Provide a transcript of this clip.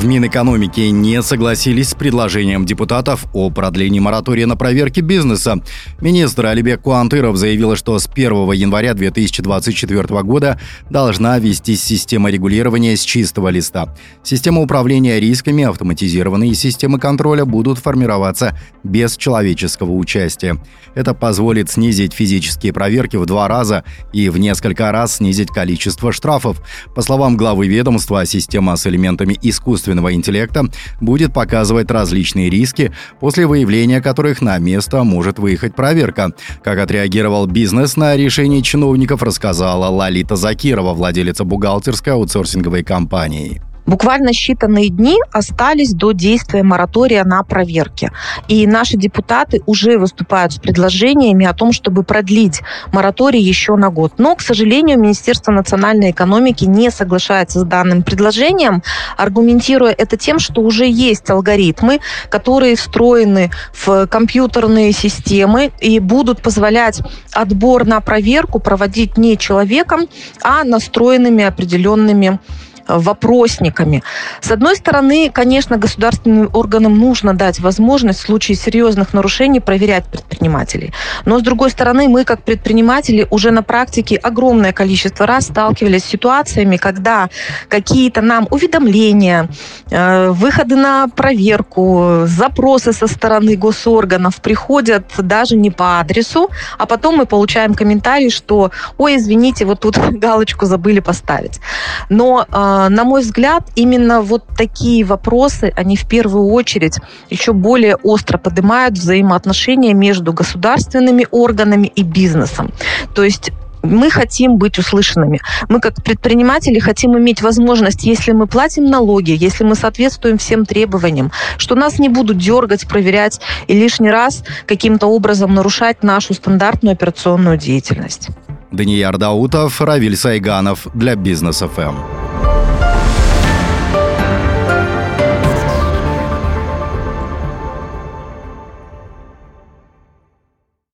В Минэкономики не согласились с предложением депутатов о продлении моратория на проверки бизнеса. Министр Алибек Куантыров заявил, что с 1 января 2024 года должна ввестись система регулирования с чистого листа. Система управления рисками, автоматизированные системы контроля будут формироваться без человеческого участия. Это позволит снизить физические проверки в 2 раза и в несколько раз снизить количество штрафов. По словам главы ведомства, система с элементами искусственного интеллекта будет показывать различные риски, после выявления которых на место может выехать проверка. Как отреагировал бизнес на решение чиновников, рассказала Лалита Закирова, владелица бухгалтерской аутсорсинговой компании. Буквально считанные дни остались до действия моратория на проверки. И наши депутаты уже выступают с предложениями о том, чтобы продлить мораторий еще на год. Но, к сожалению, Министерство национальной экономики не соглашается с данным предложением, аргументируя это тем, что уже есть алгоритмы, которые встроены в компьютерные системы и будут позволять отбор на проверку проводить не человеком, а настроенными определенными вопросниками. С одной стороны, конечно, государственным органам нужно дать возможность в случае серьезных нарушений проверять предпринимателей. Но, с другой стороны, мы, как предприниматели, уже на практике огромное количество раз сталкивались с ситуациями, когда какие-то нам уведомления, выходы на проверку, запросы со стороны госорганов приходят даже не по адресу, а потом мы получаем комментарий, что «Ой, извините, вот тут галочку забыли поставить». Но на мой взгляд, именно вот такие вопросы, они в первую очередь еще более остро поднимают взаимоотношения между государственными органами и бизнесом. То есть мы хотим быть услышанными. Мы, как предприниматели, хотим иметь возможность, если мы платим налоги, если мы соответствуем всем требованиям, что нас не будут дергать, проверять и лишний раз каким-то образом нарушать нашу стандартную операционную деятельность. Данияр Даутов, Равиль Сайганов для Бизнес ФМ.